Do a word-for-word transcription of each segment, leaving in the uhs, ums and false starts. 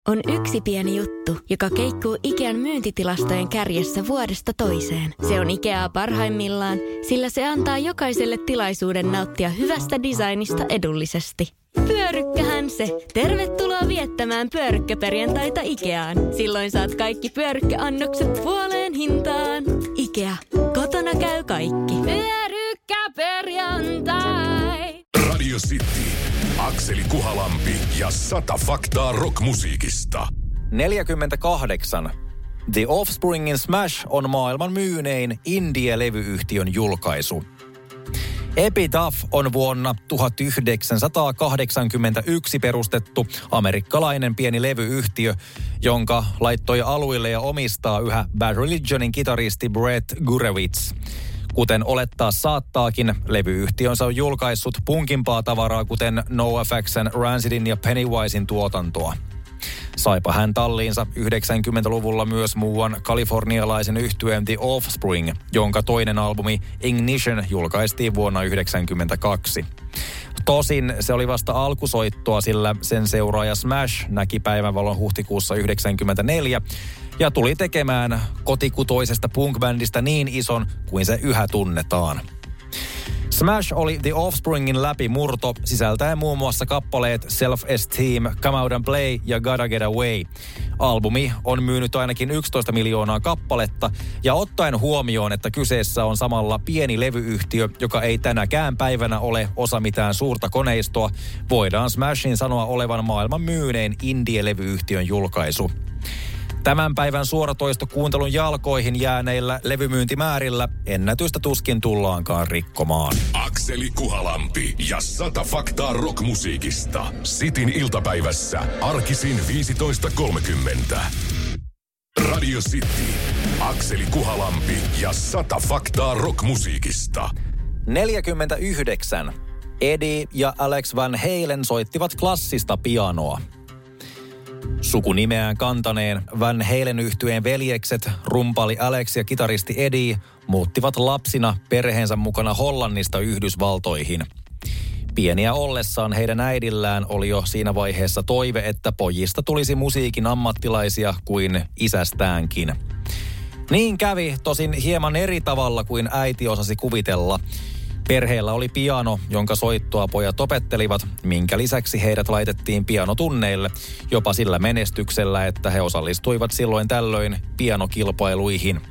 On yksi pieni juttu, joka keikkuu Ikean myyntitilastojen kärjessä vuodesta toiseen. Se on Ikeaa parhaimmillaan, sillä se antaa jokaiselle tilaisuuden nauttia hyvästä designista edullisesti. Pyörykkähän se! Tervetuloa viettämään pyörykkäperjantaita Ikeaan. Silloin saat kaikki pyörykkäannokset puoleen hintaan. Ikea. Kotona käy kaikki. Pyörykkäperjantai! Radio City. Akseli Kuhalampi ja sata faktaa rockmusiikista. neljäkymmentäkahdeksan. The Offspringin Smash on maailman myynein indie-levyyhtiön julkaisu. Epitaph on vuonna tuhatyhdeksänsataakahdeksankymmentäyksi perustettu amerikkalainen pieni levyyhtiö, jonka laittoi aluille ja omistaa yhä Bad Religionin kitaristi Brett Gurewitz. Kuten olettaa saattaakin, levyyhtiönsä on julkaissut punkimpaa tavaraa, kuten NoFX:n, Rancidin ja Pennywisein tuotantoa. Saipa hän talliinsa yhdeksänkymmentäluvulla myös muuan kalifornialaisen yhtyeen The Offspring, jonka toinen albumi Ignition julkaistiin vuonna yhdeksänkymmentäkaksi. Tosin se oli vasta alkusoittoa, sillä sen seuraaja Smash näki päivänvalon huhtikuussa yhdeksänkymmentäneljä ja tuli tekemään kotikutoisesta punk-bändistä niin ison kuin se yhä tunnetaan. Smash oli The Offspringin läpimurto, sisältäen muun muassa kappaleet Self-Esteem, Come Out and Play ja Gotta Get Away. Albumi on myynyt ainakin yksitoista miljoonaa kappaletta, ja ottaen huomioon, että kyseessä on samalla pieni levyyhtiö, joka ei tänäkään päivänä ole osa mitään suurta koneistoa, voidaan Smashin sanoa olevan maailman myynein indie-levyyhtiön julkaisu. Tämän päivän suoratoisto kuuntelun jalkoihin jääneillä levymyyntimäärillä ennätystä tuskin tullaankaan rikkomaan. Akseli Kuhalampi ja sata faktaa rockmusiikista. Sitin iltapäivässä arkisin viisitoista kolmekymmentä. Radio City. Akseli Kuhalampi ja sata faktaa rockmusiikista. neljäkymmentäyhdeksän. Eddie ja Alex Van Halen soittivat klassista pianoa. Sukunimeään kantaneen Van Halen-yhtyeen veljekset, rumpali Alex ja kitaristi Eddie, muuttivat lapsina perheensä mukana Hollannista Yhdysvaltoihin. Pieniä ollessaan heidän äidillään oli jo siinä vaiheessa toive, että pojista tulisi musiikin ammattilaisia kuin isästäänkin. Niin kävi, tosin hieman eri tavalla kuin äiti osasi kuvitella. Perheellä oli piano, jonka soittoa pojat opettelivat, minkä lisäksi heidät laitettiin pianotunneille, jopa sillä menestyksellä, että he osallistuivat silloin tällöin pianokilpailuihin.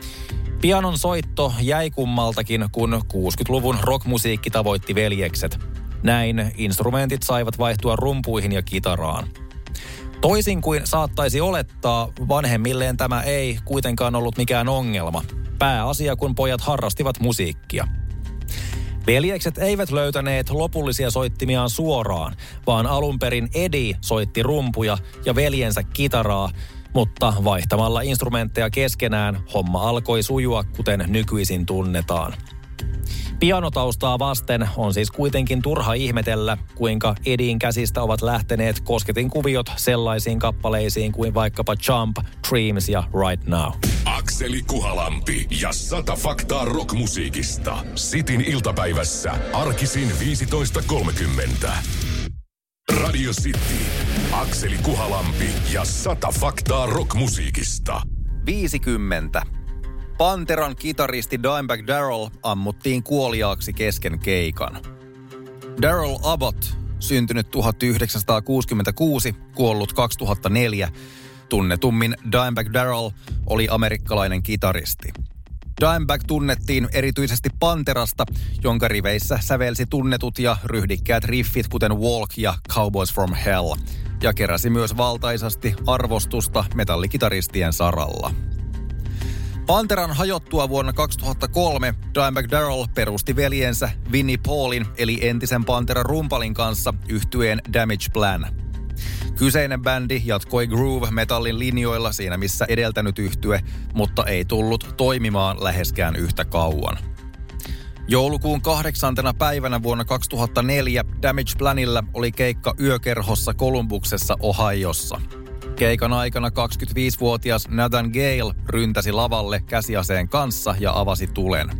Pianon soitto jäi kummaltakin, kun kuusikymmentäluvun rockmusiikki tavoitti veljekset. Näin instrumentit saivat vaihtua rumpuihin ja kitaraan. Toisin kuin saattaisi olettaa, vanhemmilleen tämä ei kuitenkaan ollut mikään ongelma. Pääasia, kun pojat harrastivat musiikkia. Veljekset eivät löytäneet lopullisia soittimiaan suoraan, vaan alun perin Eddie soitti rumpuja ja veljensä kitaraa, mutta vaihtamalla instrumentteja keskenään homma alkoi sujua, kuten nykyisin tunnetaan. Pianotaustaa vasten on siis kuitenkin turha ihmetellä, kuinka Eddien käsistä ovat lähteneet kosketinkuviot sellaisiin kappaleisiin kuin vaikkapa Jump, Dreams ja Right Now. Akseli Kuhalampi ja sata faktaa rockmusiikista. Sitin iltapäivässä arkisin viisitoista kolmekymmentä. Radio City. Akseli Kuhalampi ja sata faktaa rockmusiikista. viisikymmentä. Panteran kitaristi Dimebag Darrell ammuttiin kuoliaaksi kesken keikan. Darrell Abbott, syntynyt tuhatyhdeksänsataakuusikymmentäkuusi, kuollut kaksituhattaneljä, tunnetummin Dimebag Darrell, oli amerikkalainen kitaristi. Dimebag tunnettiin erityisesti Panterasta, jonka riveissä sävelsi tunnetut ja ryhdikkäät riffit kuten Walk ja Cowboys from Hell, ja keräsi myös valtaisasti arvostusta metallikitaristien saralla. Panteran hajottua vuonna kaksituhattakolme Dimebag Darrell perusti veljensä Vinnie Paulin eli entisen Panteran rumpalin kanssa yhtyeen Damage Plan. Kyseinen bändi jatkoi groove-metallin linjoilla siinä missä edeltänyt yhtye, mutta ei tullut toimimaan läheskään yhtä kauan. Joulukuun kahdeksantena päivänä vuonna kaksituhattaneljä Damage Planilla oli keikka yökerhossa Columbuksessa Ohiossa. Keikan aikana kaksikymmentäviisivuotias Nathan Gale ryntäsi lavalle käsiaseen kanssa ja avasi tulen.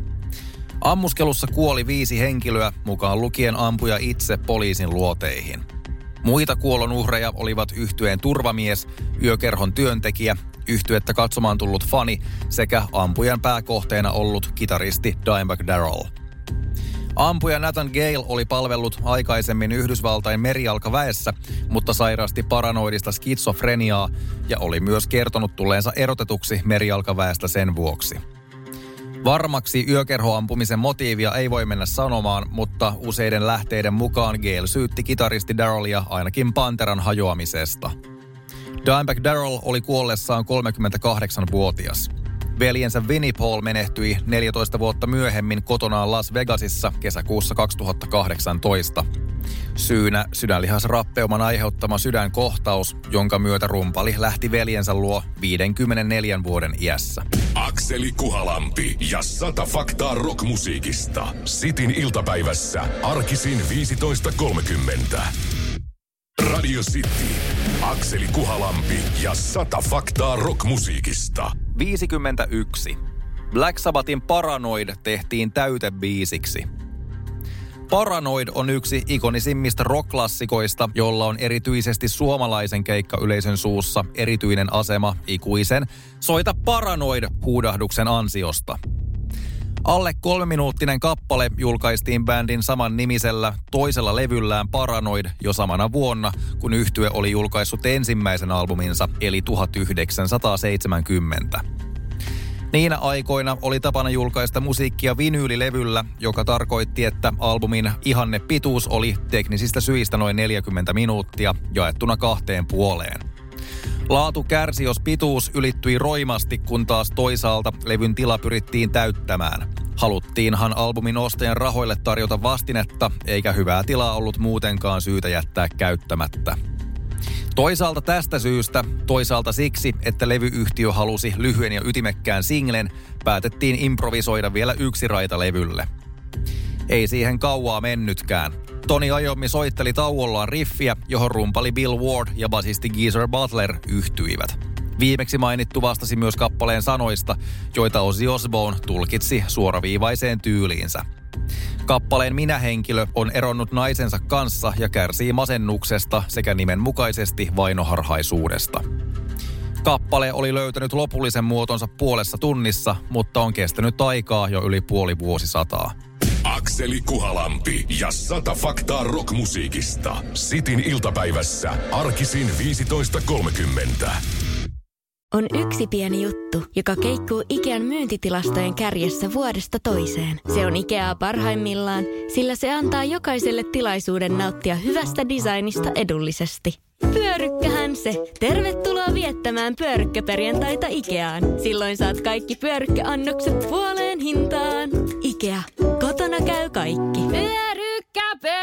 Ammuskelussa kuoli viisi henkilöä, mukaan lukien ampuja itse poliisin luoteihin. Muita kuolonuhreja olivat yhtyeen turvamies, yökerhon työntekijä, yhtyettä katsomaan tullut fani sekä ampujan pääkohteena ollut kitaristi Dimebag Darrell. Ampuja Nathan Gale oli palvellut aikaisemmin Yhdysvaltain merijalkaväessä, mutta sairasti paranoidista skitsofreniaa ja oli myös kertonut tulleensa erotetuksi merijalkaväestä sen vuoksi. Varmaksi yökerhoampumisen motiivia ei voi mennä sanomaan, mutta useiden lähteiden mukaan Gale syytti kitaristi Darrellia ainakin panteran hajoamisesta. Dimebag Darrell oli kuollessaan kolmekymmentäkahdeksanvuotias. Veljensä Vinnie Paul menehtyi neljätoista vuotta myöhemmin kotonaan Las Vegasissa kesäkuussa kaksituhattakahdeksantoista. Syynä sydänlihasrappeuman aiheuttama sydänkohtaus, jonka myötä rumpali lähti veljensä luo viidenkymmenenneljän vuoden iässä. Akseli Kuhalampi ja sata faktaa rockmusiikista. Sitin iltapäivässä arkisin viisitoista kolmekymmentä. Radio City. Akseli Kuhalampi ja sata faktaa rockmusiikista. viisikymmentäyksi. Black Sabbathin Paranoid tehtiin täytebiisiksi. Paranoid on yksi ikonisimmista rock-klassikoista, jolla on erityisesti suomalaisen keikkayleisön suussa erityinen asema ikuisen "Soita Paranoid"-huudahduksen ansiosta. Alle kolmeminuuttinen kappale julkaistiin bändin saman nimisellä toisella levyllään Paranoid jo samana vuonna, kun yhtye oli julkaissut ensimmäisen albuminsa, eli tuhatyhdeksänsataaseitsemänkymmentä. Niinä aikoina oli tapana julkaista musiikkia vinyylilevyllä, joka tarkoitti, että albumin ihanne pituus oli teknisistä syistä noin neljäkymmentä minuuttia jaettuna kahteen puoleen. Laatu kärsi, jos pituus ylittyi roimasti, kun taas toisaalta levyn tila pyrittiin täyttämään. Haluttiinhan albumin ostajan rahoille tarjota vastinetta, eikä hyvää tilaa ollut muutenkaan syytä jättää käyttämättä. Toisaalta tästä syystä, toisaalta siksi, että levyyhtiö halusi lyhyen ja ytimekkään singlen, päätettiin improvisoida vielä yksi raita levylle. Ei siihen kauaa mennytkään. Tony Iommi soitteli tauollaan riffiä, johon rumpali Bill Ward ja basisti Geezer Butler yhtyivät. Viimeksi mainittu vastasi myös kappaleen sanoista, joita Ozzy Osbourne tulkitsi suoraviivaiseen tyyliinsä. Kappaleen minähenkilö on eronnut naisensa kanssa ja kärsii masennuksesta sekä nimenmukaisesti vainoharhaisuudesta. Kappale oli löytänyt lopullisen muotonsa puolessa tunnissa, mutta on kestänyt aikaa jo yli puoli vuosisataa. Akseli Kuhalampi ja sata faktaa rockmusiikista. Sitin iltapäivässä arkisin viisitoista kolmekymmentä. On yksi pieni juttu, joka keikkuu Ikean myyntitilastojen kärjessä vuodesta toiseen. Se on Ikeaa parhaimmillaan, sillä se antaa jokaiselle tilaisuuden nauttia hyvästä designista edullisesti. Pyörykkähän se! Tervetuloa viettämään pyörykkäperjantaita Ikeaan. Silloin saat kaikki pyörykkäannokset puoleen hintaan. Ikea. Kotona käy kaikki. Pyörykkäpöytä!